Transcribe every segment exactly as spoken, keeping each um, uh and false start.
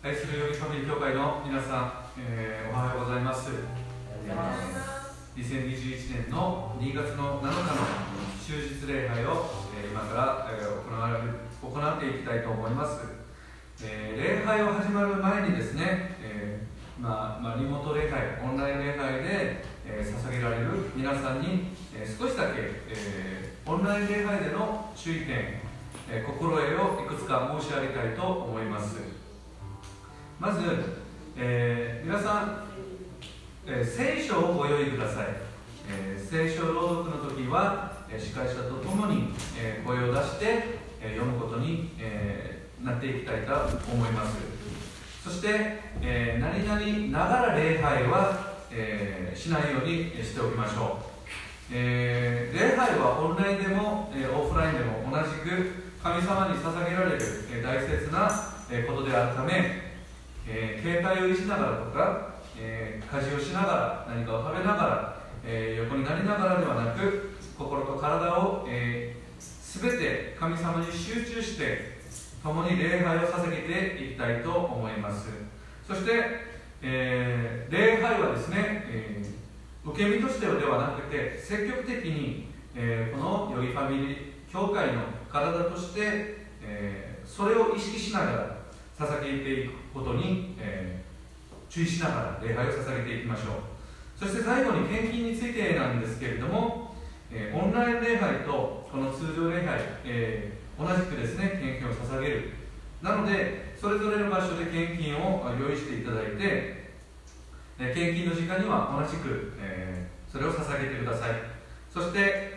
愛するよりファミリー教会の皆さん、えー、おはようございます。にせんにじゅういちねんのにがつのなのかの終日礼拝を、えー、今から、えー、行われる行っていきたいと思います。えー、礼拝を始まる前にですね、えーまあまあ、リモート礼拝、オンライン礼拝で、えー、捧げられる皆さんに、えー、少しだけ、えー、オンライン礼拝での注意点、えー、心得をいくつか申し上げたいと思います。まず、えー、皆さん、えー、聖書をご用意ください。えー、聖書朗読の時は、えー、司会者とともに、えー、声を出して、えー、読むことに、えー、なっていきたいと思います。そして、えー、何々ながら礼拝は、えー、しないようにしておきましょう。えー、礼拝はオンラインでも、えー、オフラインでも同じく神様に捧げられる、えー、大切な、えー、ことであるため、えー、携帯をいじながらとか、えー、家事をしながら何かを食べながら、えー、横になりながらではなく、心と体を、えー、全て神様に集中して共に礼拝を捧げていきたいと思います。そして、えー、礼拝はですね、えー、受け身としてではなくて積極的に、えー、このよりファミリー教会の体として、えー、それを意識しながら捧げていくことに、えー、注意しながら礼拝を捧げていきましょう。そして最後に献金についてなんですけれども、えー、オンライン礼拝とこの通常礼拝、えー、同じくですね献金を捧げる。なのでそれぞれの場所で献金を用意していただいて、えー、献金の時間には同じく、えー、それを捧げてください。そして、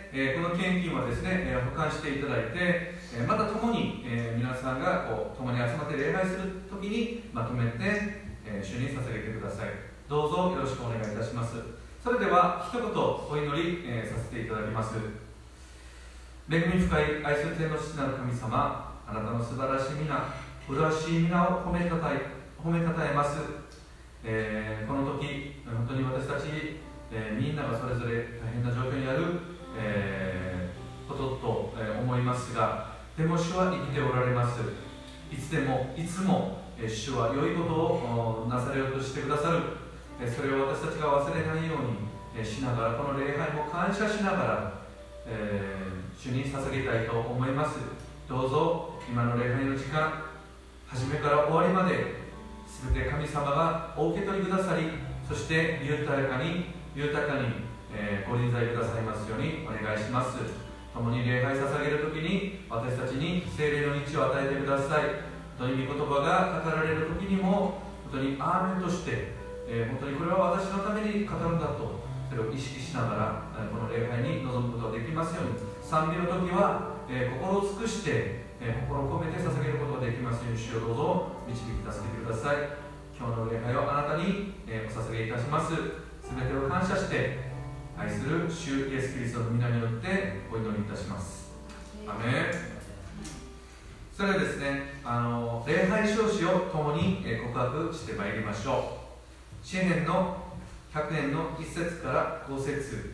えー、この献金はですね、えー、保管していただいて、えー、また共に、えー、皆さんがこう共に集まって礼拝するときにまとめて、えー、主に捧げてください。どうぞよろしくお願いいたします。それでは一言お祈り、えー、させていただきます。恵み深い愛する天の父なる神様、あなたの素晴らしい皆、麗しい皆を褒めたたえ、褒めたたえます。えー、この時本当に私たち、えー、みんながそれぞれ大変な状況にある、えー、ことと、えー、思いますが、でも主は生きておられます。いつでもいつも、えー、主は良いことをなされようとしてくださる。えー、それを私たちが忘れないように、えー、しながら、この礼拝も感謝しながら、えー、主に捧げたいと思います。どうぞ今の礼拝の時間、初めから終わりまで全て神様がお受け取りくださり、そして豊かに豊かに、えー、ご臨在くださいますようにお願いします。共に礼拝捧げるときに私たちに聖霊の道を与えてください。本当に御言葉が語られるときにも本当にアーメンとして、えー、本当にこれは私のために語るんだと、それを意識しながら、えー、この礼拝に臨むことができますように、賛美の時は、えー、心を尽くして、えー、心を込めて捧げることができますように、主をどうぞ導き助けてください。今日の礼拝をあなたに、えー、お捧げいたします。すべてを感謝して愛する主イエスキリストの皆によってお祈りいたします。アメン。それではですね、あの礼拝証詞を共に告白してまいりましょう。詩編のひゃくねんのいっ節からご節。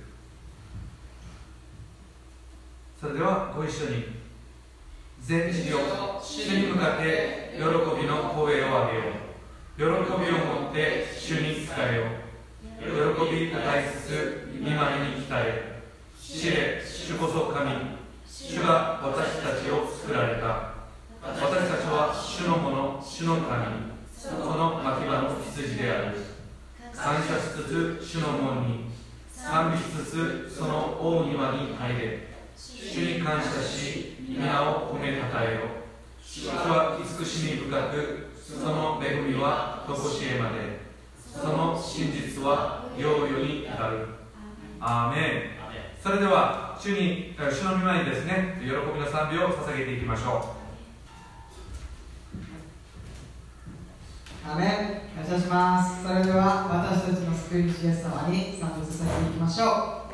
それではご一緒に。全地よ、主に向かって喜びの声を上げよう。喜びをもって主に仕えよう。喜び歌いつつ御前に来たれ。知れ、主こそ神。主が私たちを作られた。私たちは主のもの、主の神。その牧場の羊である。感謝しつつ主の門に、賛美しつつその大庭に入れ。主に感謝し皆を褒めたたえよ。主は慈しみ深く、その恵みは常しえまで。その真実は永遠に至る。アーメン。それでは主に、主の御前にですね、喜びの賛美を捧げていきましょう。アーメン。感謝します。それでは私たちの救い主イエス様に賛美させていきましょう。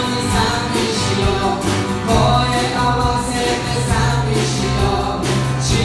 声合わせて賛美しよう。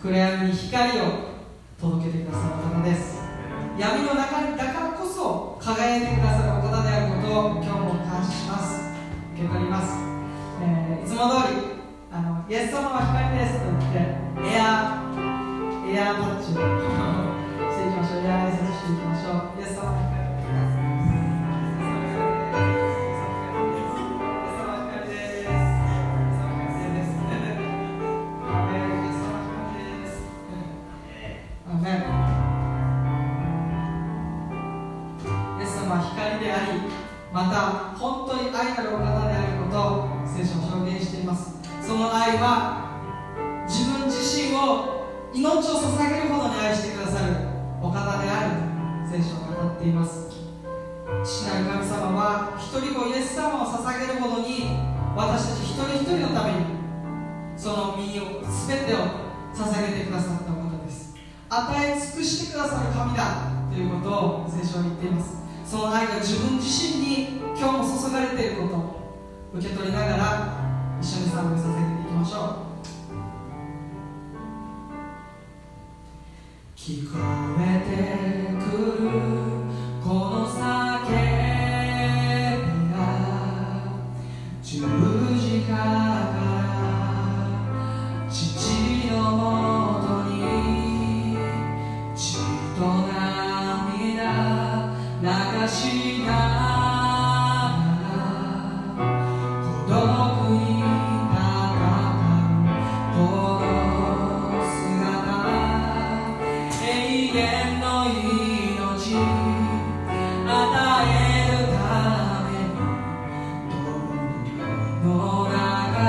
暗闇に光を届けてくださる方です。闇の中にだからこそ輝いてくださるお方であることを今日も感謝します。受け取ります。えー、いつも通りあのイエス様は光ですと言ってエアーエアータッチをしていきましょう。エアー挨拶していきましょう。イエス様は光です。また本当に愛なるお方であることを聖書は表現しています。その愛は自分自身を命を捧げるほどに愛してくださるお方である聖書を語っています。父なる神様は一人子イエス様を捧げるほどに私たち一人一人のためにその身を全てを捧げてくださったお方です。与え尽くしてくださる神だということを聖書は言っています。その愛が自分自身に今日も注がれていることを受け取りながら一緒に賛美を捧げていきましょう。聞こえてくるこの叫びが十字架から父のもとに血と涙流しながら孤独に戦うこの姿永遠の命与えるためにどの中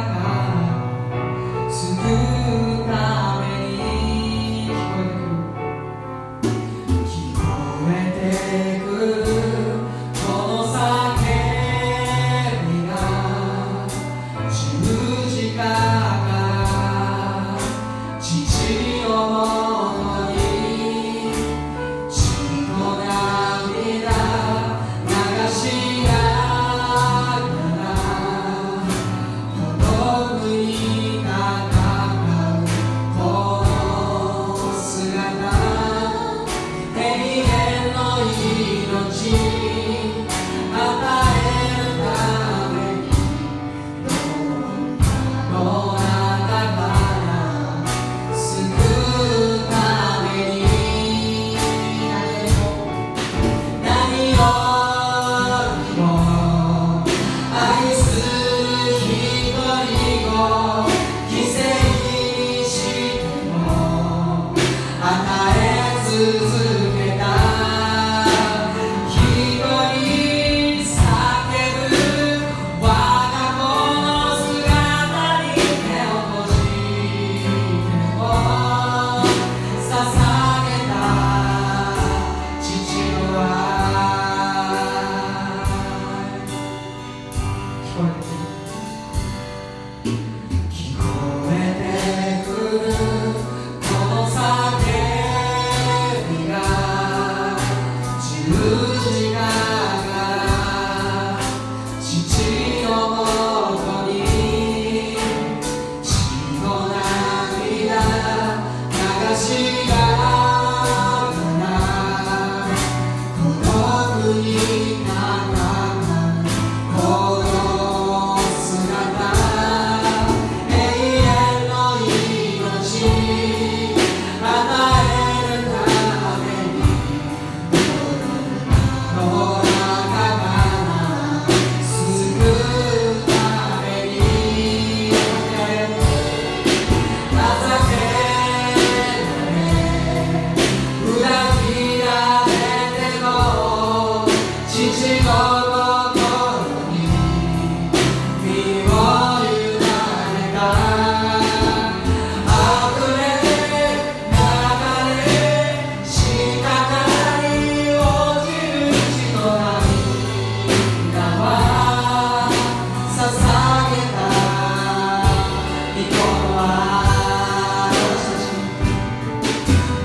から救うために聞こえてくる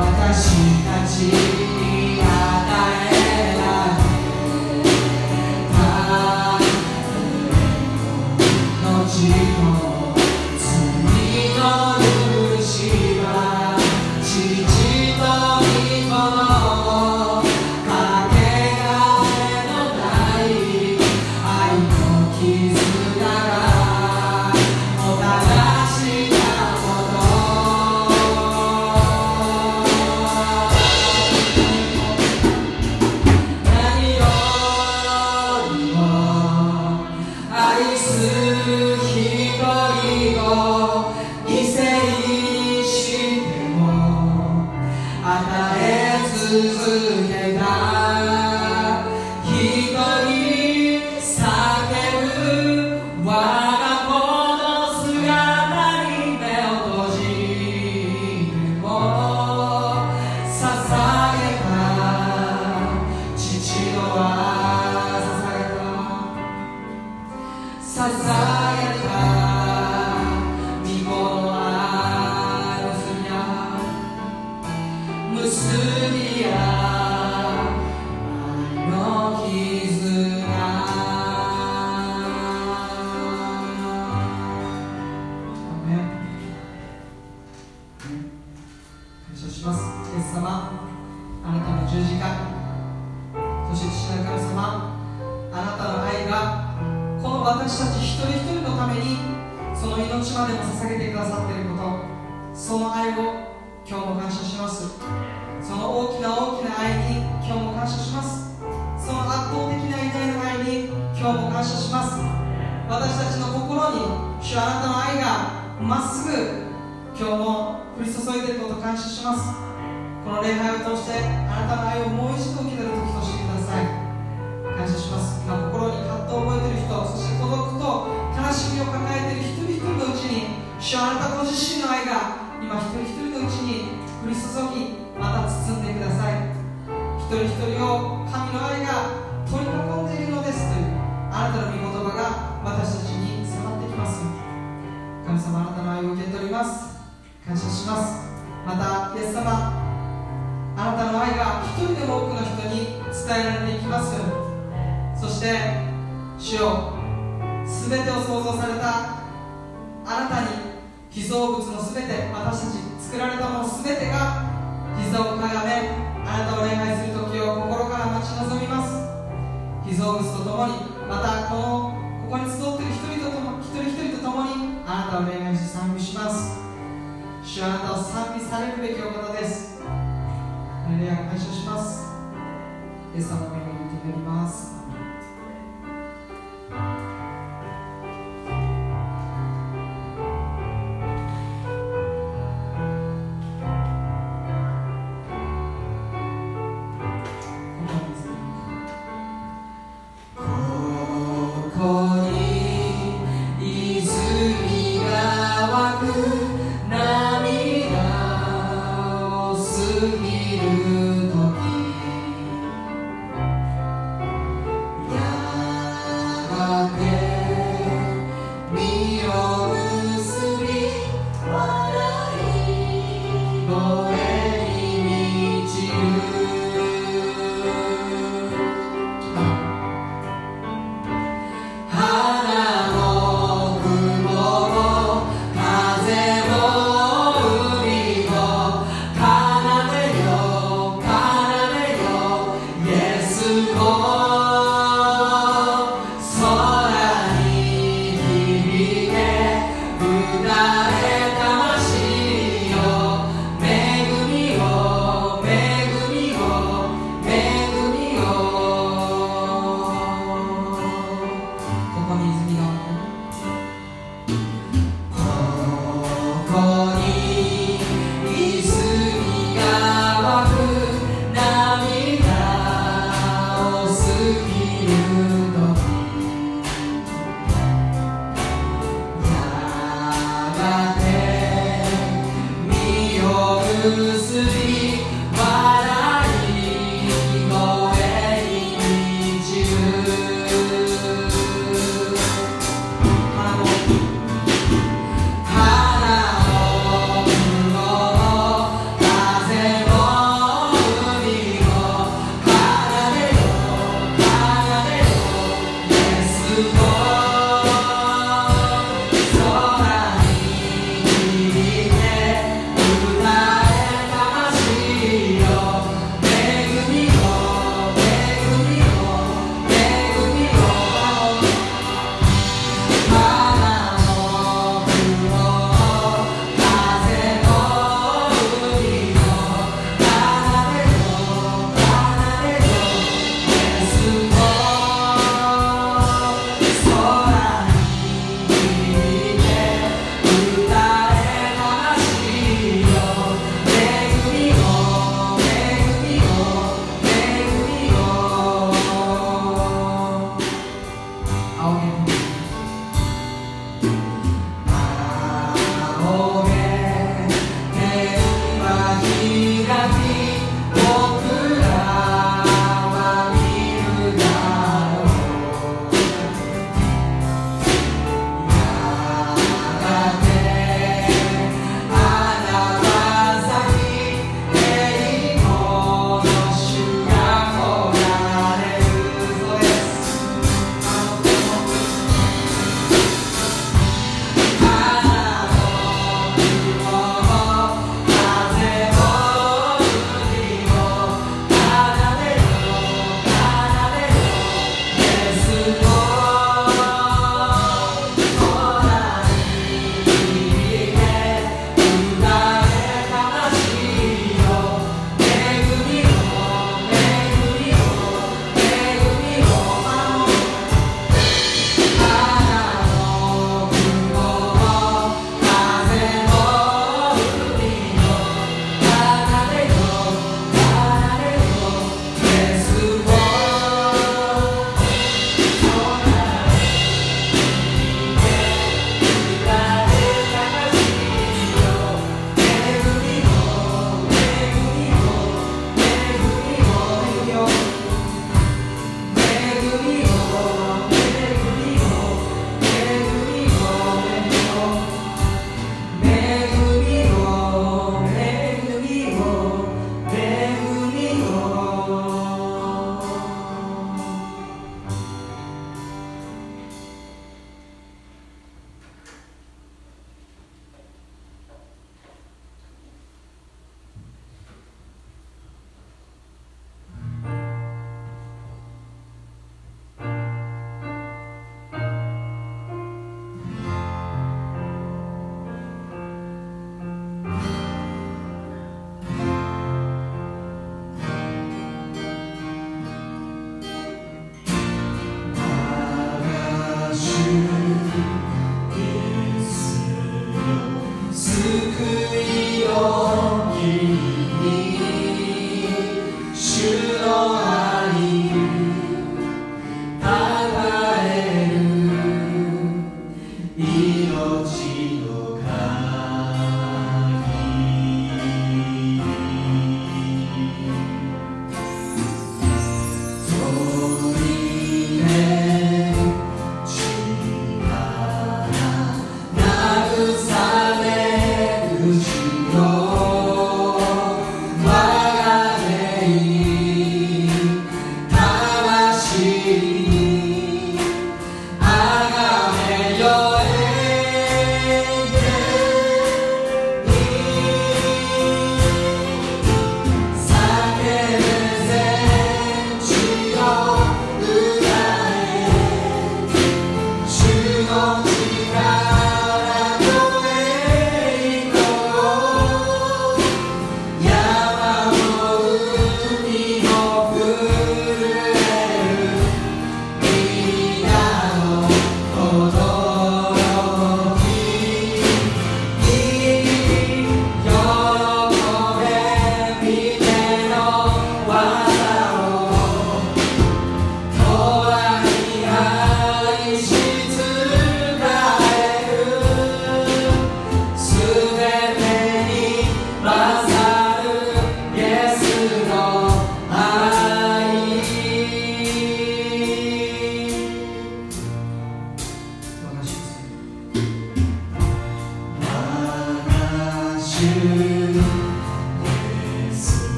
私に与えられ過ぎる時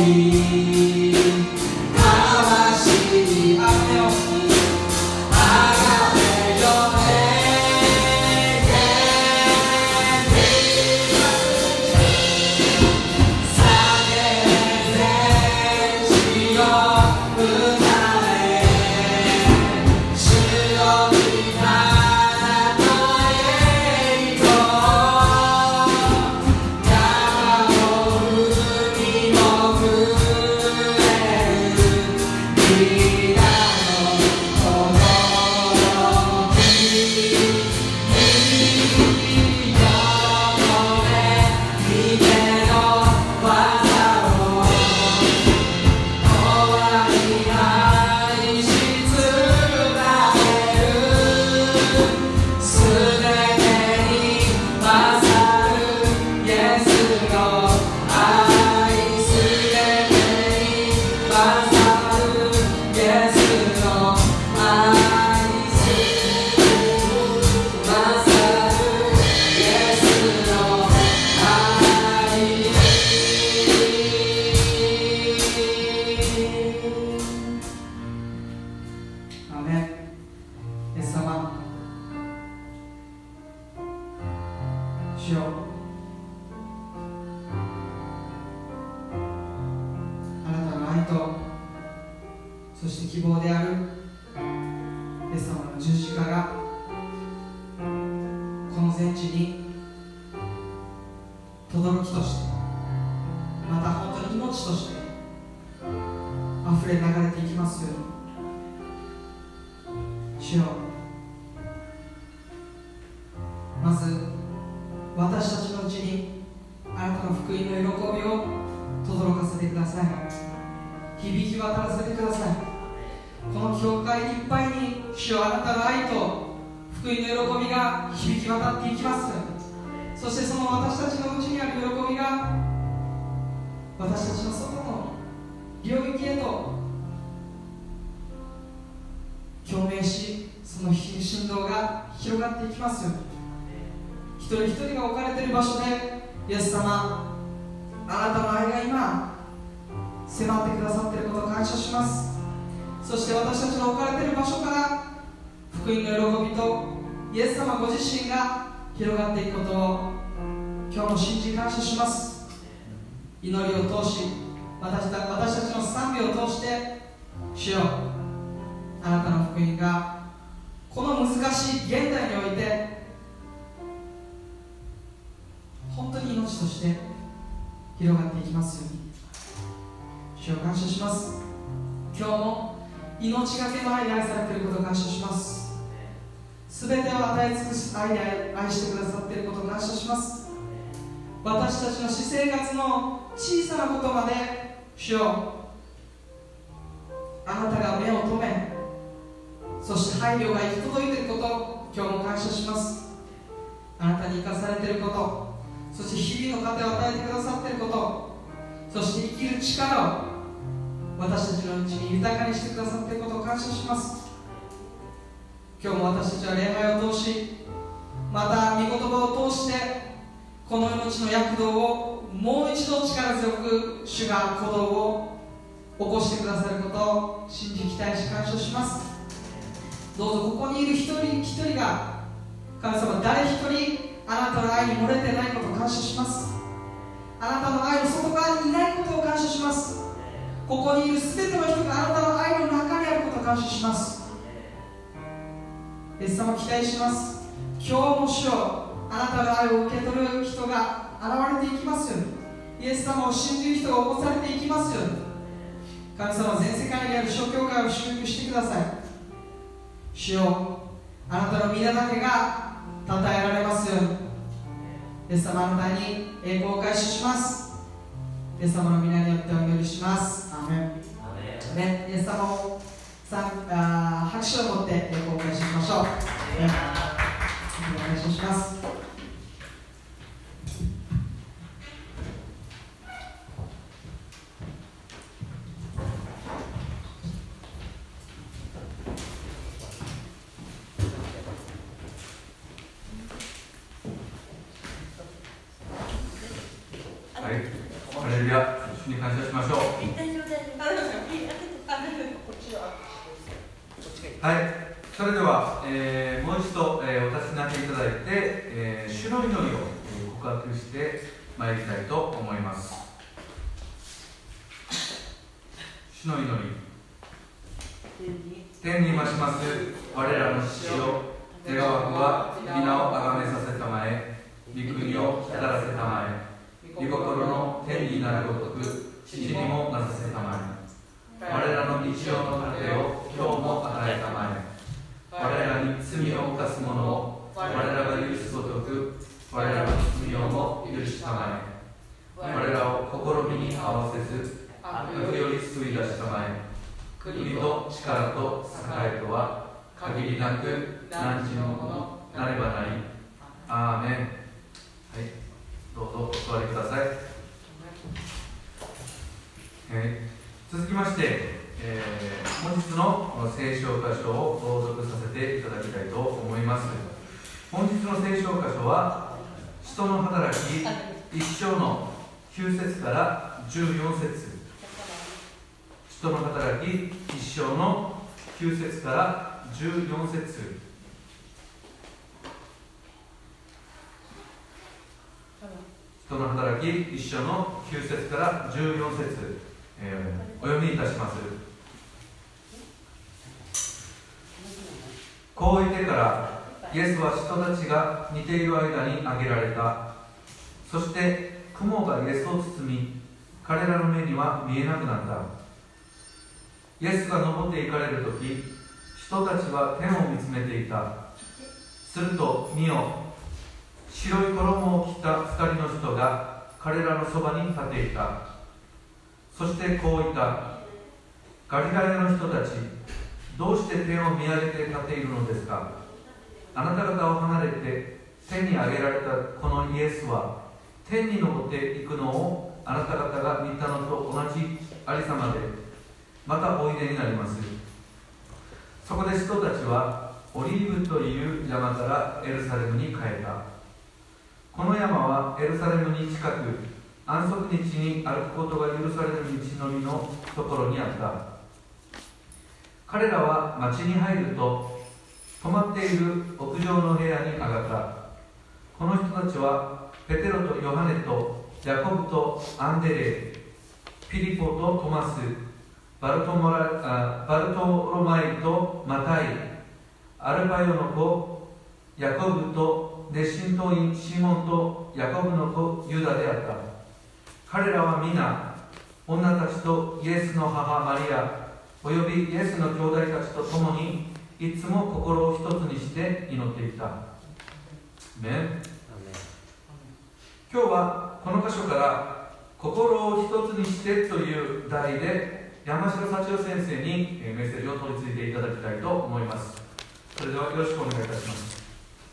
ハレルヤ、主に感謝しましょう。 はい、それでは、えー、もう一度、えー、お立ちになっていただいて、えー、主の祈りを告白してまいりたいと思います。主の祈り。天にまします我らの父よ、願わくは皆をあがめさせたまえ、御国をきたらせたまえ、御心の天になるごとく地にもなさせたまえ。我らの日常の糧を今日も与えたまえ。我らに罪を犯す者を我らが許すごとく我らの罪をも許したまえ。我らを試みに合わせず悪より救い出したまえ。国と力と栄とは限りなく何時のものなればなり。アーメン。はい、どうぞお座りください。えー、続きまして、えー、本日の聖書箇所を朗読させていただきたいと思います。本日の聖書箇所は使徒の働き一章のきゅう節からじゅうよん節。使徒の働き一章のきゅう節からじゅうよん節。使徒の働き一章のきゅう節からじゅうよん節、えー、お読みいたします。こう言ってからイエスは人たちが寝ている間に挙げられた。そして雲がイエスを包み、彼らの目には見えなくなった。イエスが登って行かれるとき、人たちは天を見つめていた。すると見よ、白い衣を着た二人の人が彼らのそばに立っていた。そしてこう言った。ガリラヤの人たち、どうして天を見上げて立っているのですか。あなた方を離れて天に上げられたこのイエスは、天に昇っていくのをあなた方が見たのと同じありさまで、またおいでになります。そこで人たちはオリーブという山からエルサレムに帰った。この山はエルサレムに近く、安息日に歩くことが許される道のりのところにあった。彼らは町に入ると、泊まっている屋上の部屋に上がった。この人たちはペテロとヨハネとヤコブとアンデレ、ピリポとトマス、バルトモラあバルトロマイとマタイ、アルパヨの子ヤコブと熱心党員シモンとヤコブの子ユダであった。彼らは皆女たちとイエスの母マリアおよびイエスの兄弟たちと共にいつも心を一つにして祈っていた。ね、今日はこの箇所から心を一つにしてという題で山城幸代先生にメッセージを取り次いでいただきたいと思います。それではよろしくお願いいたします。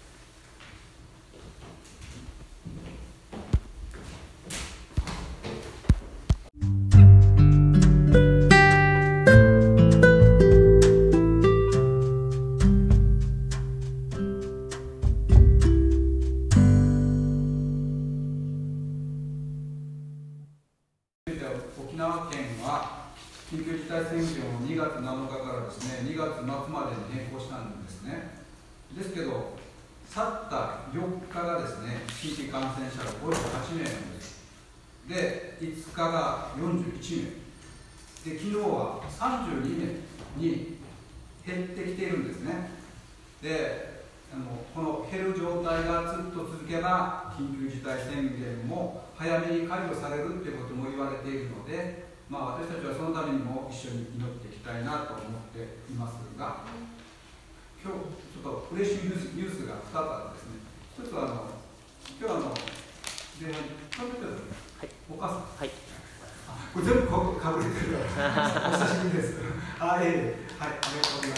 沖縄県は緊急事態宣言をにがつなのかからですね、にがつまつまでに変更したんですね。ですけど、去ったよっかがですね、新規感染者がごじゅうはちめいなんです。で、いつかがよんじゅういちめい。で、昨日はさんじゅうにめいに減ってきているんですね。で、あのこの減る状態がずっと続けば、緊急事態宣言も早めに解除されるということも言われているので、まあ、私たちはそのためにも一緒に祈っていきたいなと思っていますが、今日ちょっと嬉しいニュース、ニュースがふたつあるんですね。一つはあの今日あの電話にかぶれてる、はい、お母さん、はい、あこれ全部かぶれてるお久しぶりです。あ、ええ、はい、ありがとうございます。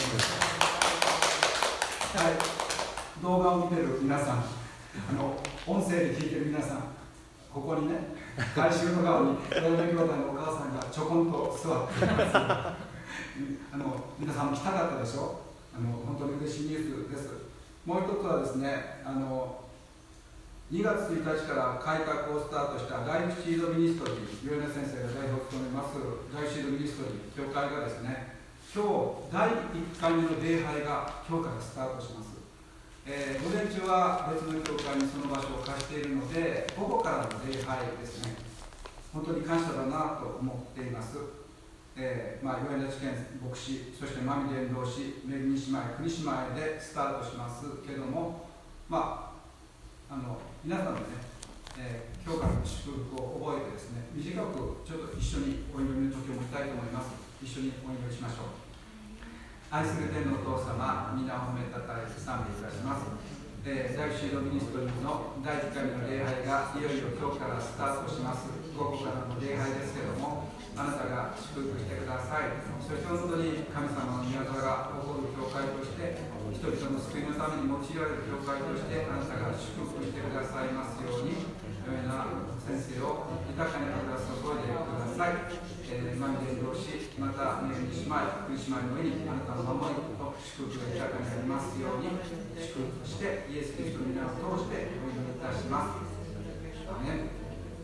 はい、動画を見てる皆さん、あの音声で聞いてる皆さん、ここにね、改修の側に親子兄弟のお母さんがちょこんと座っていますあの皆さんも来たかったでしょ。あの本当に嬉しいニュースです。もう一つはですね、あのにがつついたちから改革をスタートしたライフシードミニストリー、岩根先生が代表を務めますライフシードミニストリー教会がですね、今日だいいっかいめの礼拝が今日からスタートします。えー、午前中は別の教会にその場所を貸しているので、午後からの礼拝ですね、本当に感謝だなと思っています。えーまあ、岩根地検牧師、そして真見伝道師、めぐみ姉妹、国姉妹でスタートしますけども、まあ、あの皆さんのね、えー、今日からの祝福を覚えてですね、短くちょっと一緒にお祈りの時を持ちたいと思います。一緒にお祈りしましょう。愛する天のお父様、皆を褒めたたえ賛美いたします。えー、ライフシードミニストリーのだいいっかいめの礼拝がいよいよ今日からスタートします。午後からの礼拝ですけども、あなたが祝福してください。そして本当に神様の御業が起こる教会として、人々の救いのために用いられる教会として、あなたが祝福してくださいますように、よいな先生を豊かに油注いでください。えー、真見伝道師、まためぐみ姉妹、福姉妹の上にあなたの守りと祝福が豊かになりますように、祝福してイエス・キリストの皆を通してお祈りいたします。アーメン。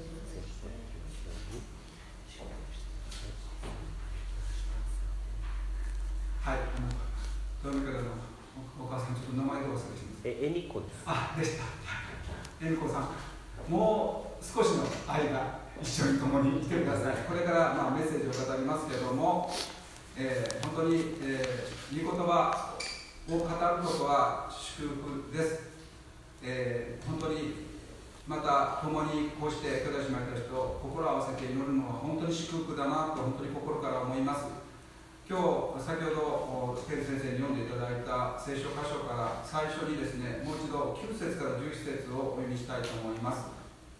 はい、どういう方のお母さん、ちょっと名前どう忘れします。 え、えみこです。 あ、でした。えみこさん、もう少しの間、一緒に共に来てください。これから、まあ、メッセージを語りますけれども、えー、本当に、えー、御言葉を語ることは祝福です。えー、本当にまた共にこうして兄弟姉妹たちと心を合わせて祈るのは本当に祝福だなと本当に心から思います。今日先ほどケル先生に読んでいただいた聖書箇所から最初にですね、もう一度きゅう節からじゅういち節をお読みしたいと思います。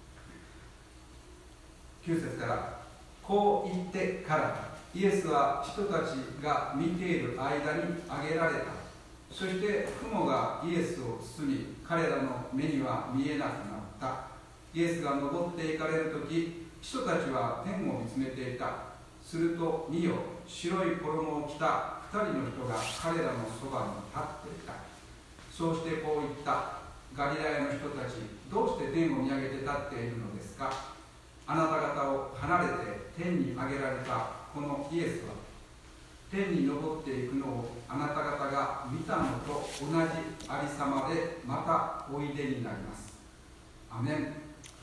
きゅう節から、こう言ってからイエスは人たちが見ている間に挙げられた。そして雲がイエスを包み、彼らの目には見えなくなった。イエスが登っていかれるとき、人たちは天を見つめていた。すると見よ、白い衣を着た二人の人が彼らのそばに立っていた。そうしてこう言った。ガリラヤの人たち、どうして天を見上げて立っているのですか。あなた方を離れて天に上げられたこのイエスは、天に昇っていくのをあなた方が見たのと同じありさまでまたおいでになります。アメン。アメン。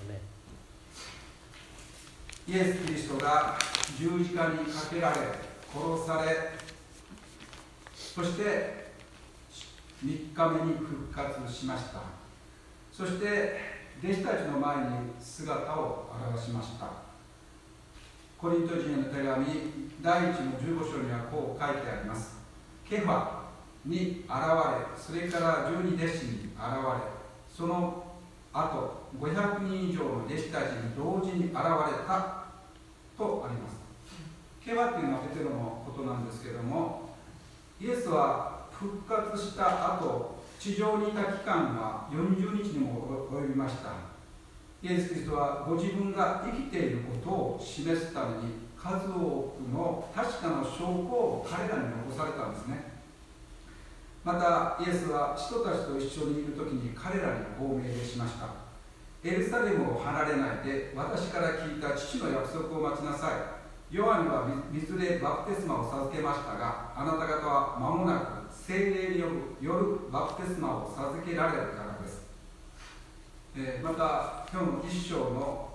イエス・キリストが十字架にかけられ、殺され、そしてみっかめに復活しました。そして弟子たちの前に姿を現しました。コリント人への手紙だいいちのじゅうご章にはこう書いてあります。ケファに現れ、それから十二弟子に現れ、その後ごひゃくにん以上の弟子たちに同時に現れたとあります。ケファというのはペテロのことなんですけれども、イエスは復活した後、地上にいた期間はよんじゅうにちにも及びました。イエス・キリストはご自分が生きていることを示すために数多くの確かな証拠を彼らに残されたんですね。またイエスは人たちと一緒にいるときに彼らにこう命令しました。エルサレムを離れないで私から聞いた父の約束を待ちなさい。ヨハネは水でバプテスマを授けましたが、あなた方は間もなく聖霊によるバプテスマを授けられるからです。えー、また今日の一章の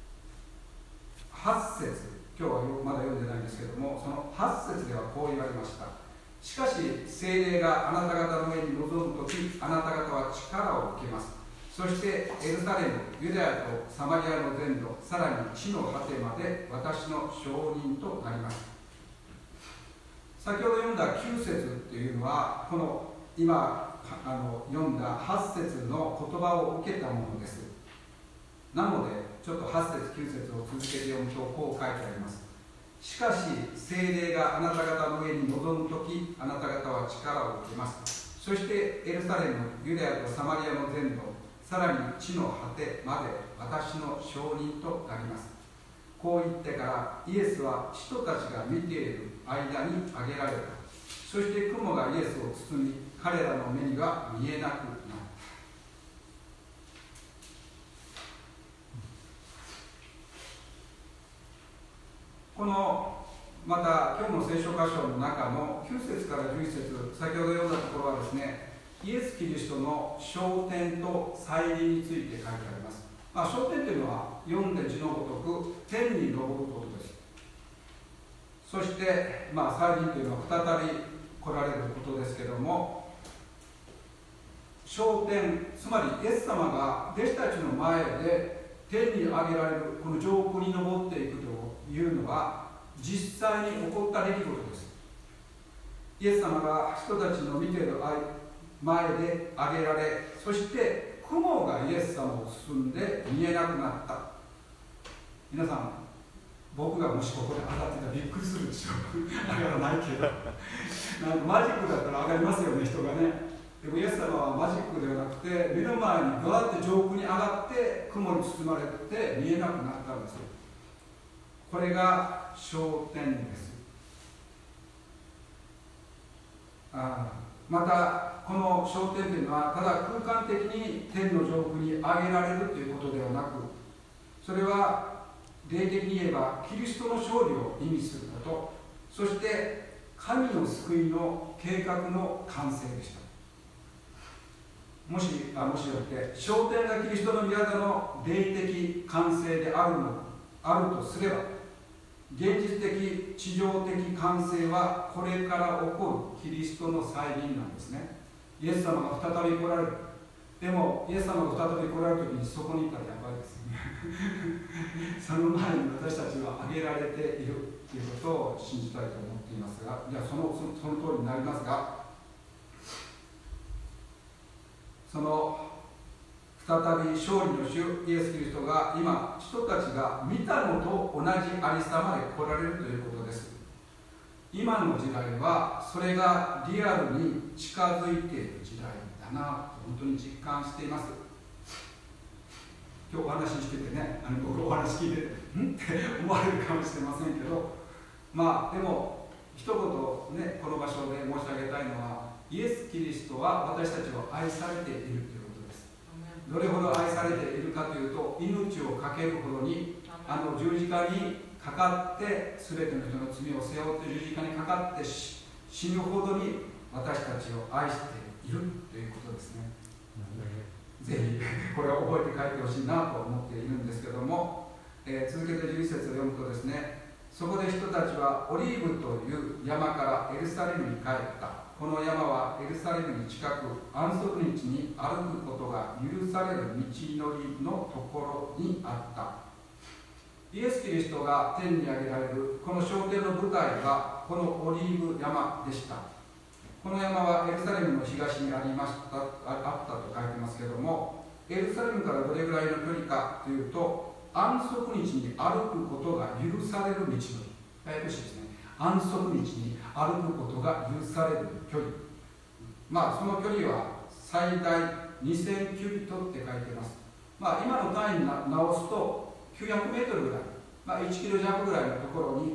はち節、今日はまだ読んでないんですけれども、そのはち節ではこう言われました。しかし聖霊があなた方の上に臨むとき、あなた方は力を受けます。そしてエルサレム、ユダヤとサマリアの全土、さらに地の果てまで私の証人となります。先ほど読んだきゅう節というのは、この今あの読んだはち節の言葉を受けたものです。なのでちょっとはち節きゅう節を続けて読むとこう書いてあります。しかし聖霊があなた方の上に臨むとき、あなた方は力を受けます。そしてエルサレム、ユダヤとサマリアの全土、さらに地の果てまで私の証人となります。こう言ってからイエスは人たちが見ている間に挙げられた。そして雲がイエスを包み、彼らの目には見えなくなった。 このまた今日の聖書箇所の中のきゅう節からじゅういち節、先ほど読んだところはですね、イエス・キリストの昇天と再臨について書いてあります。まあ、昇天というのは読んで字のごとく天に昇ることです。そして、まあ、再臨というのは再び来られることですけども、昇天、つまりイエス様が弟子たちの前で天に上げられる、この上空に昇っていくというのは実際に起こった出来事です。イエス様が人たちの見ている前で上げられ、そして雲がイエス様を包んで見えなくなった。皆さん、僕がもしここで上がってたらびっくりするでしょ上がらないけどなんかマジックだったら上がりますよね、人がね。でもイエス様はマジックではなくて、目の前にガーッて上空に上がって雲に包まれて見えなくなったんです。これが昇天です。あまたこの昇天というのはただ空間的に天の上空に上げられるということではなく、それは霊的に言えばキリストの勝利を意味すること、そして神の救いの計画の完成でした。もしあもしよって昇天がキリストの御業の霊的完成であるのあるとすれば、現実的地上的完成はこれから起こるキリストの再臨なんですね。イエス様が再び来られる。でもイエス様が再び来られるときにそこにいたらやばいですねその前に私たちは挙げられているということを信じたいと思っていますが、いやそのそのその通りになりますが、その再び勝利の主イエス・キリストが今人たちが見たのと同じありさまで来られるということです。今の時代はそれがリアルに近づいている時代だなと本当に実感しています。今日お話ししててね、あの僕お話聞いててんって思われるかもしれませんけど、まあでも一言ね、この場所で申し上げたいのは、イエス・キリストは私たちを愛されているということです。どれほど愛されているかというと、命を懸けるほどに、あの十字架にかかって全ての人の罪を背負って十字架にかかって死ぬほどに私たちを愛しているということですね。ぜひこれを覚えて帰ってほしいなと思っているんですけども、えー、続けてじゅういち節を読むとですね、そこで人たちはオリーブという山からエルサレムに帰った。この山はエルサレムに近く、安息日に歩くことが許される道のりのところにあった。イエス・キリストが天に上げられるこの昇天の舞台はこのオリーブ山でした。この山はエルサレムの東にありましたあったと書いてますけども、エルサレムからどれぐらいの距離かというと、安息日に歩くことが許される道のり、ややこしいですね。安息日に歩くことが許される距離、まあその距離は最大にせんキュビットって書いてます。まあ今の単位に直すときゅうひゃくメートルぐらい、まあ、いちキロ弱ぐらいのところに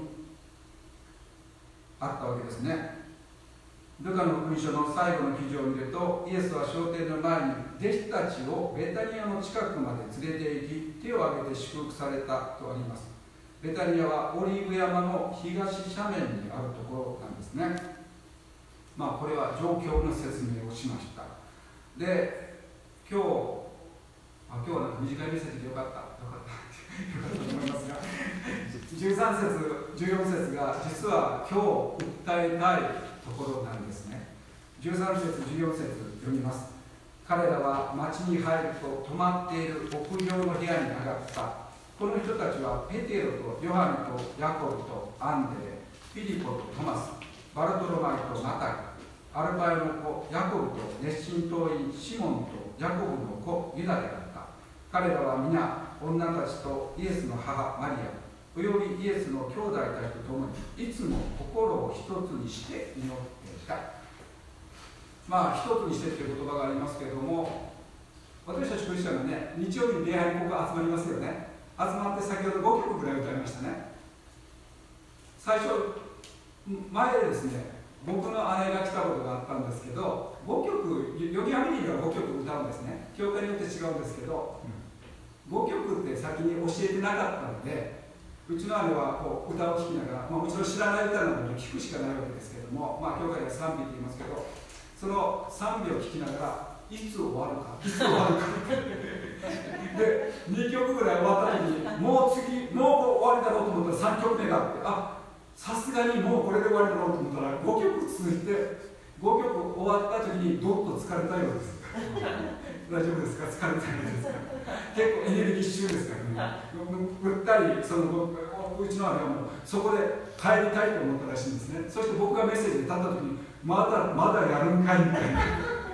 あったわけですね。ルカの福音書の最後の記事を見ると、イエスは昇天の前に弟子たちをベタニアの近くまで連れて行き、手を挙げて祝福されたとあります。ベタニアはオリーブ山の東斜面にあるところなんですね。まあこれは状況の説明をしました。で、今日あ今日はなんか短いメッセージでよかったよかったよかったと思いますがじゅうさん節じゅうよん節が実は今日訴えたいところなんですね。じゅうさん節じゅうよん節読みます。彼らは町に入ると泊まっている屋上の部屋に上がった。この人たちはペテロとヨハネとヤコブとアンデレ、フィリポとトマス、バルトロマイとマタイ、アルパイの子ヤコブと熱心党員シモンとヤコブの子ユダであった。彼らは皆女たちとイエスの母マリアおよびイエスの兄弟たちと共にいつも心を一つにして祈っていた。まあ一つにしてという言葉がありますけれども、私たちクリスチャンがね、日曜日に礼拝にここ集まりますよね。集まって先ほどごきょくぐらい歌いましたね。最初前ですね、僕の姉が来たことがあったんですけど、ごきょく、ヨギファミリーがごきょく歌うんですね。教会によって違うんですけど、ごきょくって先に教えてなかったので、 うちの姉はこう歌を聴きながら、まあ、もちろん知らない歌なので聴くしかないわけですけども、まあ、教会では賛美って言いますけど、その賛美を聴きながらいつ終わるかいつ終わるかでにきょくぐらい終わった時にもう次もう終わりだろうと思ったらさんきょくめがあって、あ、さすがにもうこれで終わりだろうと思ったらごきょく続いて、ごきょく終わった時にどっと疲れたようです大丈夫ですか、疲れたようですか結構エネルギッシュですからね、ぐったり、そのうちの姉はもうそこで帰りたいと思ったらしいんですね。そして僕がメッセージで立った時にまだまだやるんかいみたいな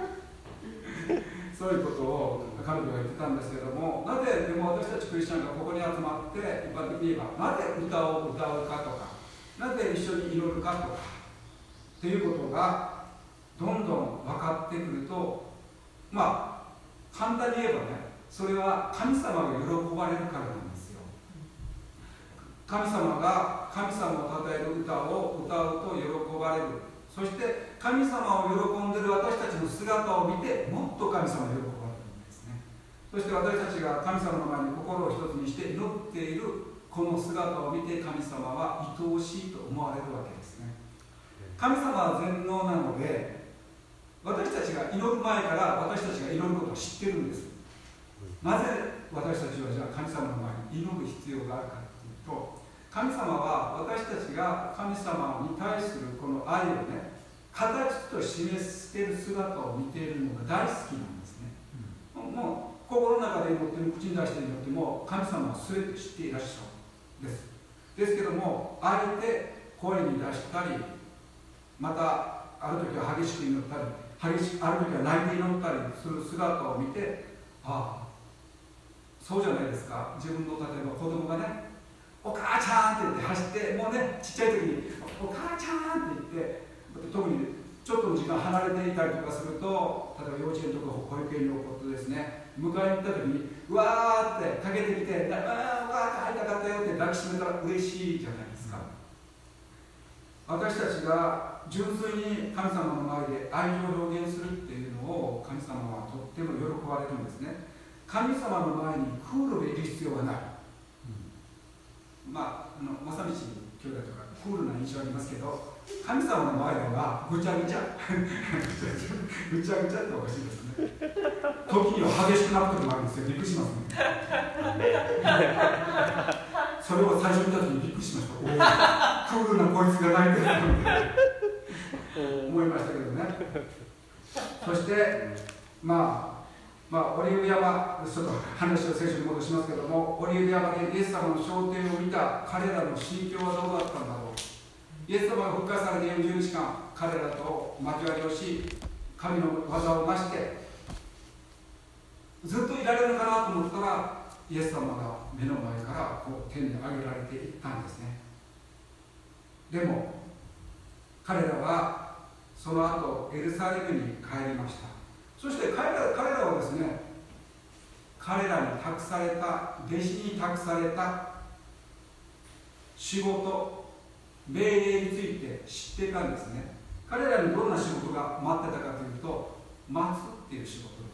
そういうことを彼女が言ってたんですけども、なぜでも私たちクリスチャンがここに集まって一般的に言えばなぜ歌を歌うかとか、なぜ一緒に祈るかとかっていうことがどんどん分かってくると、まあ簡単に言えばね、それは神様が喜ばれるからなんですよ。神様が神様を称える歌を歌うと喜ばれる。そして神様を喜んでいる私たちの姿を見てもっと神様を喜ばれるんですね。そして私たちが神様の前に心を一つにして祈っているこの姿を見て神様は愛おしいと思われるわけですね。神様は全能なので、私たちが祈る前から私たちが祈ることを知ってるんです。なぜ私たちはじゃあ神様の前に祈る必要があるかというと、神様は私たちが神様に対するこの愛をね、形と示している姿を見ているのが大好きなんですね。うん、もう心の中で祈っても口に出して祈っても神様は全て知っていらっしゃるんです。ですけども、あえて声に出したり、またある時は激しく祈ったり、激しくある時は泣いて祈ったりする姿を見て、ああそうじゃないですか。自分の例えば子供がね、お母ちゃんって言って走って、もうね、ちっちゃい時にお母ちゃんって言って、特にちょっとの時間離れていたりとかすると、例えば幼稚園とか保育園に起こってですね、迎えに行った時にうわーってかけてきて、ああお母ちゃん会いたかったよって抱きしめたら嬉しいじゃないですか。私たちが純粋に神様の前で愛情を表現するっていうのを神様はとっても喜ばれるんですね。神様の前にクールでいる必要はない。まあ、あの正道兄弟とかクールな印象ありますけど、神様の前ではぐちゃぐちゃぐちゃぐちゃっておかしいですね。時には激しくなる時もあるんですよ。びっくりしますねそれを最初見た時にびっくりしました。おクールなこいつが泣いてるって思いましたけどね。そしてまあまあ、オリーブ山、ちょっと話を聖書に戻しますけども、オリーブ山でイエス様の昇天を見た彼らの心境はどうだったんだろう。イエス様が復活されてよんじゅうにちかん、彼らと交わりをし、神の技を成して、ずっといられるかなと思ったら、イエス様が目の前からこう天に上げられていったんですね。でも、彼らはその後、エルサレムに帰りました。そして彼ら、彼らはですね、彼らに託された、弟子に託された仕事、命令について知っていたんですね。彼らにどんな仕事が待ってたかというと、待つっていう仕事です。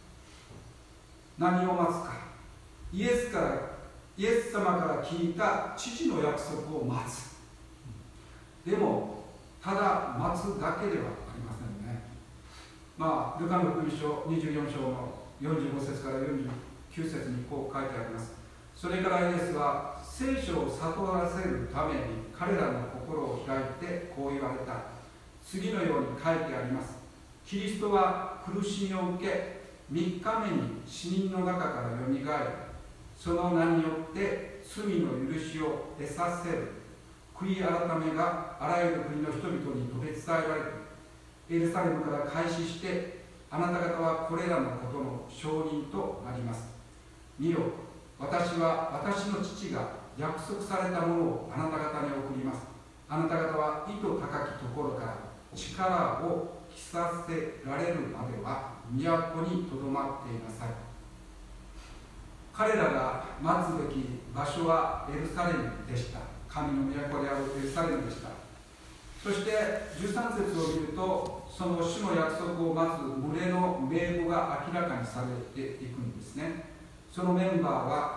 何を待つか。イエスから、イエス様から聞いた父の約束を待つ。でも、ただ待つだけではありませんね。まあ、ルカの福音書にじゅうよん章のよんじゅうご節からよんじゅうきゅう節にこう書いてあります。それからイエスは聖書を悟らせるために彼らの心を開いてこう言われた。次のように書いてあります。キリストは苦しみを受け、みっかめに死人の中からよみがえり、その名によって罪の許しを得させる。悔い改めがあらゆる国の人々に述べ伝えられる。エルサレムから開始して、あなた方はこれらのことの証人となります。見よ、私は私の父が約束されたものをあなた方に送ります。あなた方は意図高きところから力を着させられるまでは都にとどまっていなさい。彼らが待つべき場所はエルサレムでした。神の都であるエルサレムでした。そしてじゅうさん節を見ると、その主の約束を待つ群れの名簿が明らかにされていくんですね。そのメンバーは、まあ、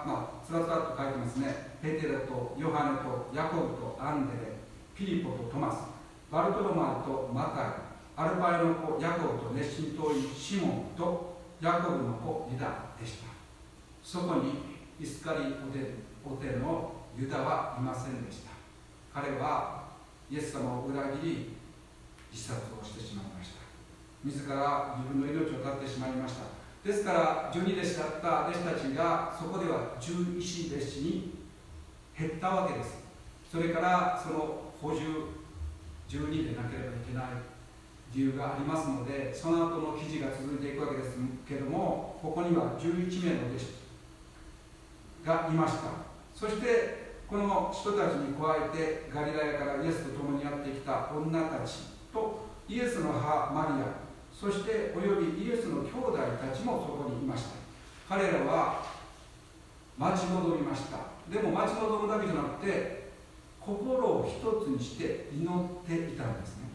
つらつらっと書いてますね。ペテロとヨハネとヤコブとアンデレ、ピリポとトマス、バルトロマイとマタイ、アルパイの子ヤコブと熱心党員シモンとヤコブの子ユダでした。そこにイスカリオテのユダはいませんでした。彼はイエス様を裏切り自殺をしてしまいました。自ら自分の命を絶ってしまいました。ですから十二弟子だった弟子たちがそこでは十一弟子に減ったわけです。それからその補充じゅうにでなければいけない理由がありますので、その後の記事が続いていくわけですけども、ここにはじゅういちめいの弟子がいました。そしてこの人たちに加えてガリラヤからイエスと共にやってきた女たちとイエスの母マリア、そしておよびイエスの兄弟たちもそこにいました。彼らは待ち望みました。でも待ち望むだけじゃなくて、心を一つにして祈っていたんですね。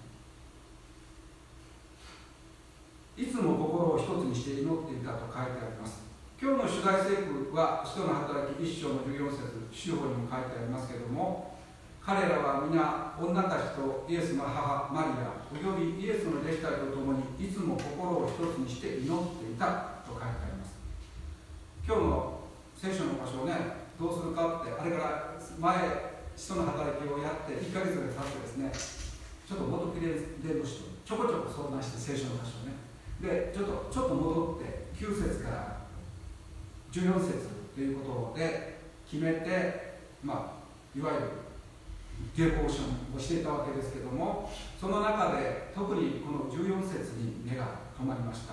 いつも心を一つにして祈っていたと書いてあります。今日の主題聖句は使徒の働き一章のじゅうよん節、主法にも書いてありますけれども、彼らは皆女たちとイエスの母マリアおよびイエスの弟子たちと共にいつも心を一つにして祈っていたと書いてあります。今日の聖書の場所をね、どうするかって、あれから前使徒の働きをやっていっかげつぐらい経ってですね、ちょっと元木伝道師とちょこちょこ相談して聖書の場所をね、でちょっとちょっと戻ってきゅう節からじゅうよん節ということで決めて、まあ、いわゆるデボーションをしていたわけですけども、その中で特にこのじゅうよん節に目が留まりました。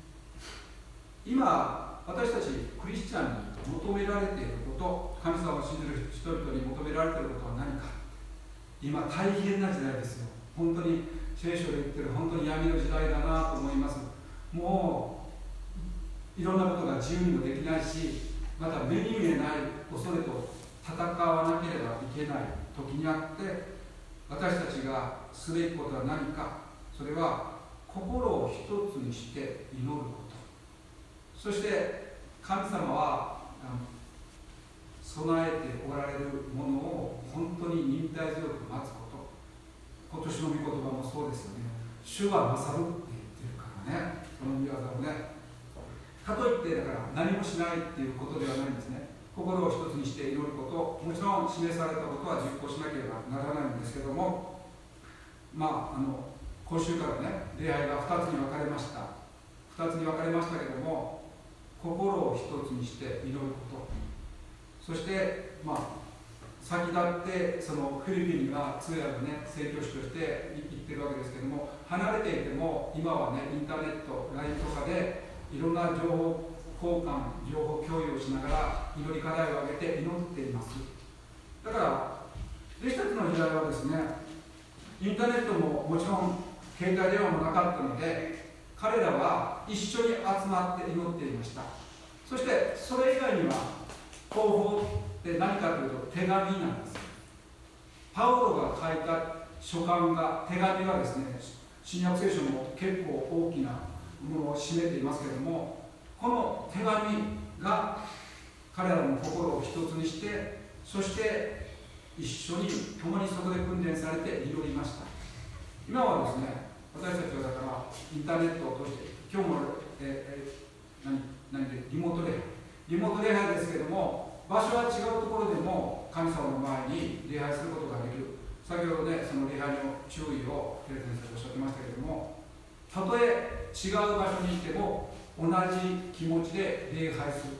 今私たちクリスチャンに求められていること、神様を信じる人々に求められていることは何か。今大変な時代ですよ。本当に聖書で言ってる本当に闇の時代だなと思います。もういろんなことが自由にもできないし、また目に見えない恐れと戦わなければいけない時にあって、私たちがすべきことは何か。それは心を一つにして祈ること。そして神様は備えておられるものを本当に忍耐強く待つこと。今年の御言葉もそうですよね。主は勝るって言ってるからね、その御業をね。かといってだから何もしないっていうことではないんですね。心を一つにして祈ること、もちろん示されたことは実行しなければならないんですけども、まああの今週からね、礼拝がふたつに分かれました。ふたつに分かれましたけども、心を一つにして祈ること、そしてまあ先立ってそのフィリピンには通訳のね宣教師として行ってるわけですけども、離れていても今はねインターネット、ライン とかでいろんな情報交換、情報共有をしながら祈り課題を挙げて祈っています。だから弟子たちの時代はですね、インターネットももちろん携帯電話もなかったので、彼らは一緒に集まって祈っていました。そしてそれ以外には方法って何かというと手紙なんです。パウロが書いた書簡が、手紙がですね、新約聖書も結構大きなものを占めていますけれども、この手紙が彼らの心を一つにして、そして一緒に共にそこで訓練されて祈りました。今はですね、私たちはだからインターネットを通して、今日も、えー、何何でリモート礼拝、リモート礼拝ですけれども、場所は違うところでも神様の前に礼拝することができる。先ほどね、その礼拝の注意をテレ先生がおっしゃってましたけれども、たとえ違う場所にいても同じ気持ちで礼拝する、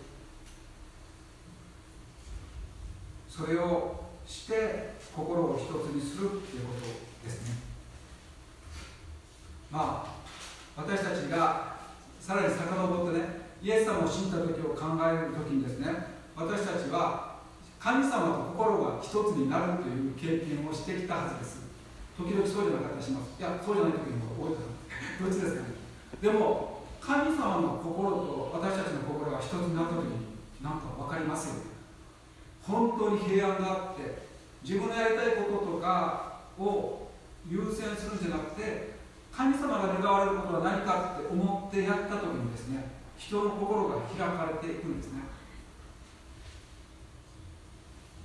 それをして心を一つにするということですね。まあ私たちがさらに遡ってね、イエス様を信じた時を考える時にですね、私たちは神様と心が一つになるという経験をしてきたはずです。時々そうじゃなかったりします。いや、そうじゃない時にも多いかな。どっちですかね。でも神様の心と私たちの心が一つになった時に何か分かりますよね。本当に平安があって、自分のやりたいこととかを優先するんじゃなくて、神様が願われることは何かって思ってやった時にですね、人の心が開かれていくんですね。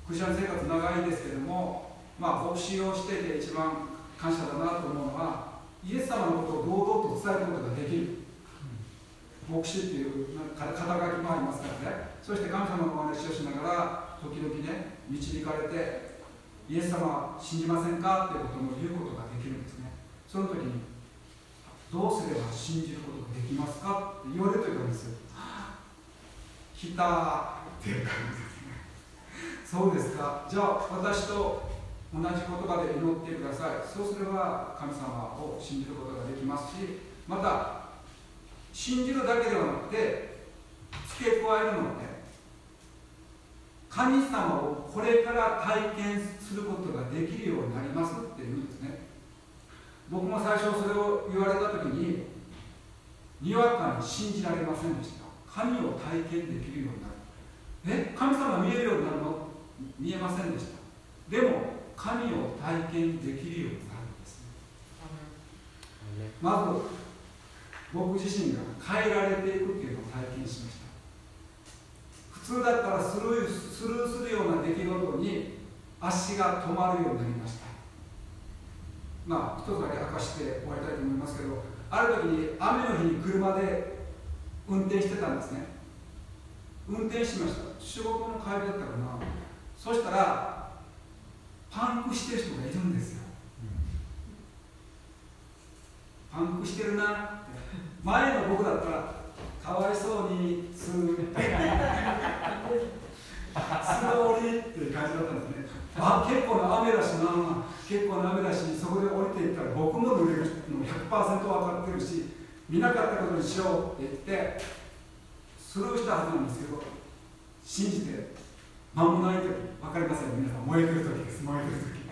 クリスチャン生活長いですけども、まあ、牧師をしてて一番感謝だなと思うのは、イエス様のことを堂々と伝えることができる。牧師っていう肩書きもありますからね。そして神様のお話をしながら、時々ね、導かれて、イエス様は信じませんかっていうことも言うことができるんですね。その時に、どうすれば信じることができますかって言われるというんですよ。ひたーっていう感じですね。そうですか。じゃあ、私と同じ言葉で祈ってください。そうすれば神様を信じることができますし、また信じるだけではなくて付け加えるのはね、神様をこれから体験することができるようになりますっていうんですね。僕も最初それを言われた時ににわかに信じられませんでした。神を体験できるようになる。え、神様見えるようになるの？見えませんでした。でも神を体験できるようになるんですね。まず僕自身が変えられていくっていうのを体験しました。普通だったらスルー、スルーするような出来事に足が止まるようになりました。まあ一つだけ明かして終わりたいと思いますけど、ある時に雨の日に車で運転してたんですね。運転しました。仕事の帰りだったかな。そしたらパンクしてる人がいるんですよ。パンクしてるなって。前の僕だったらかわいそうにスーッスローリーっていう感じだったんですね。あ、結構な雨だしな、結構な雨だし、そこで降りていったら僕も濡れるの ひゃくパーセント 分かってるし、見なかったことにしようって言ってスルーしたはずなんですけど、信じて間もない時、分かりますよ皆さん、燃えてる時です。燃えてる時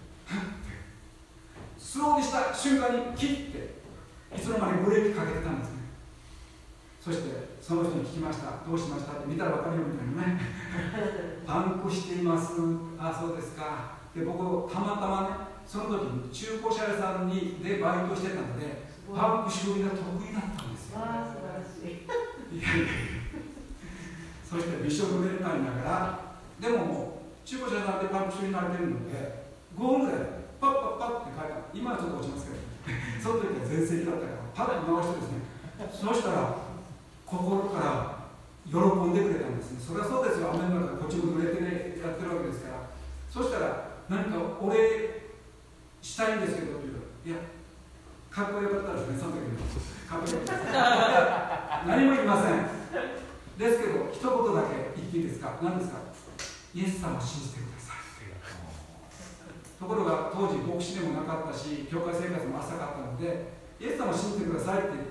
スローにした瞬間に切って、いつの間にブレーキかけてたんですね。そしてその人に聞きました。どうしましたって見たら分かるよみたいなねパンクしています。あ、そうですか。で、僕たまたまね、その時に中古車屋さんにでバイトしてたので、パンク修理が得意だったんですよ。 わあ、素晴らしい。 いやいやいやそしてびしょ濡れになりながら、でももう中古車屋さんでパンク修理になれてるので、ごふんぐらいパッパッパッって書いた。今はちょっと落ちますけどその時は全盛期だったからパッと直してですね、そうしたら心から喜んでくれたんですね。それはそうですよ、雨の中こっちも濡れてねやってるわけですから。そしたら何かお礼したいんですけどって言うから、いやかっこよかったですね。その時にかっこよかった何も言いませんですけど、一言だけ言っていいですか。何ですか。イエス様を信じてください。ところが当時牧師でもなかったし、教会生活も浅かったので、イエス様を信じてくださいって言って、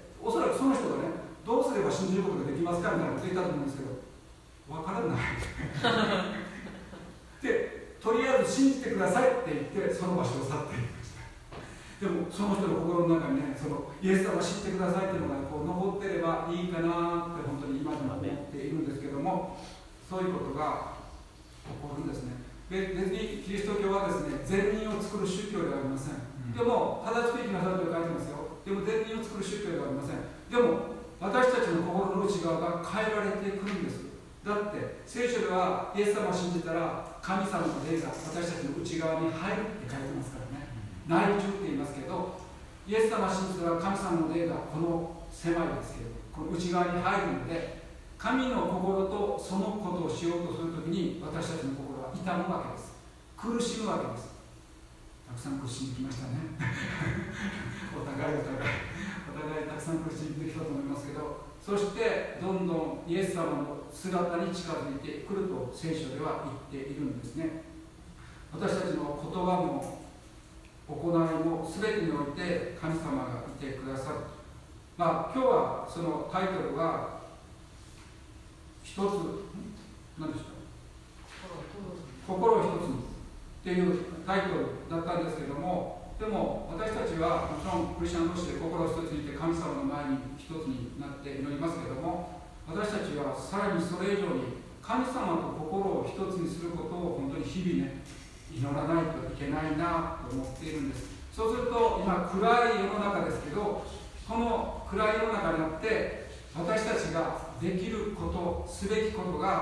おそらくその人がね、どうすれば信じることができますかみたいなこと言ったと思うんですけど、わからないで、とりあえず信じてくださいって言ってその場所を去っていきました。でもその人の心の中にね、そのイエス様を知ってくださいっていうのがこう残ってればいいかなって本当に今でも思っているんですけども、そういうことが起こるんですね。別にキリスト教はですね、善人を作る宗教ではありません。うん、でも正しく生きなさいと書いてますよ。でも善人を作る宗教ではありません。でも私たちの心の内側が変えられてくるんです。だって聖書ではイエス様を信じたら神様の霊が私たちの内側に入るって書いてますからね。内住って言いますけど、イエス様を信じたら神様の霊がこの狭いですけどこの内側に入るので、神の心とそのことをしようとするときに私たちの心は痛むわけです。苦しむわけです。たくさん苦しんできましたねお互いお互いお互いたくさん苦しんできたと思いますけど、そしてどんどんイエス様の姿に近づいてくると聖書では言っているんですね。私たちの言葉も行いも全てにおいて神様がいてくださる。まあ今日はそのタイトルは一つ何でした、心を一つにっていうタイトルだったんですけども、でも私たちはもちろんクリスチャン同士で心を一つにいて神様の前に一つになって祈りますけども、私たちはさらにそれ以上に神様と心を一つにすることを本当に日々ね祈らないといけないなと思っているんです。そうすると今暗い世の中ですけど、この暗い世の中にあって私たちができること、すべきことが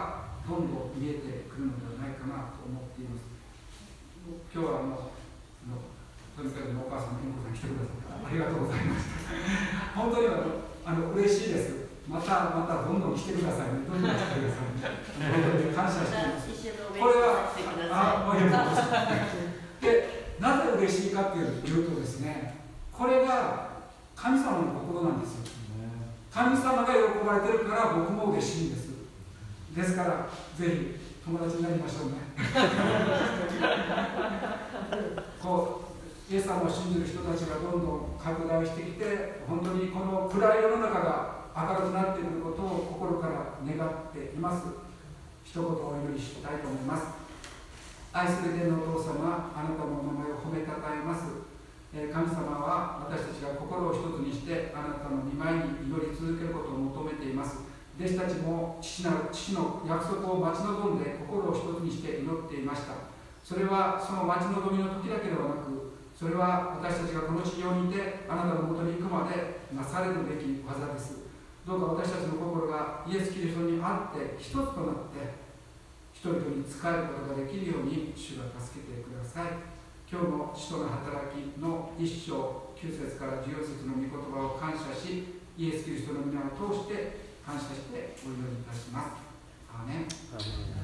どんどん見えてくるのではないかなと思っています。今日はあのとにかくお母さんの変子さん来てくださってありがとうございました。本当にあの嬉しいです。またまたどんどん来てくださいね。どんどん来てくださいね。本当に感謝しています。これはあありがとうございます。で、なぜ嬉しいかというとですね、これが神様の心なんですよ。神様が喜ばれてるから僕も嬉しいんです。ですからぜひ友達になりましょうね。こうイエス様を信じる人たちがどんどん拡大してきて、本当にこの暗い世の中が明るくなっていることを心から願っています。一言お祈りしたいと思います。愛する天のお父様、あなたのお名前を褒めたたえます。神様は私たちが心を一つにしてあなたの御前に祈り続けることを求めています。弟子たちも父なる父の約束を待ち望んで心を一つにして祈っていました。それはその待ち望みの時だけではなく、それは私たちがこの地上にいてあなたのもとに行くまでなされるべき技です。どうか私たちの心がイエス・キリストにあって一つとなって人々に仕えることができるように主が助けてください。今日の使徒の働きの一章きゅう節からじゅうよん節の御言葉を感謝し、イエス・キリストの皆を通して感謝してお祈りいたします。アーメン。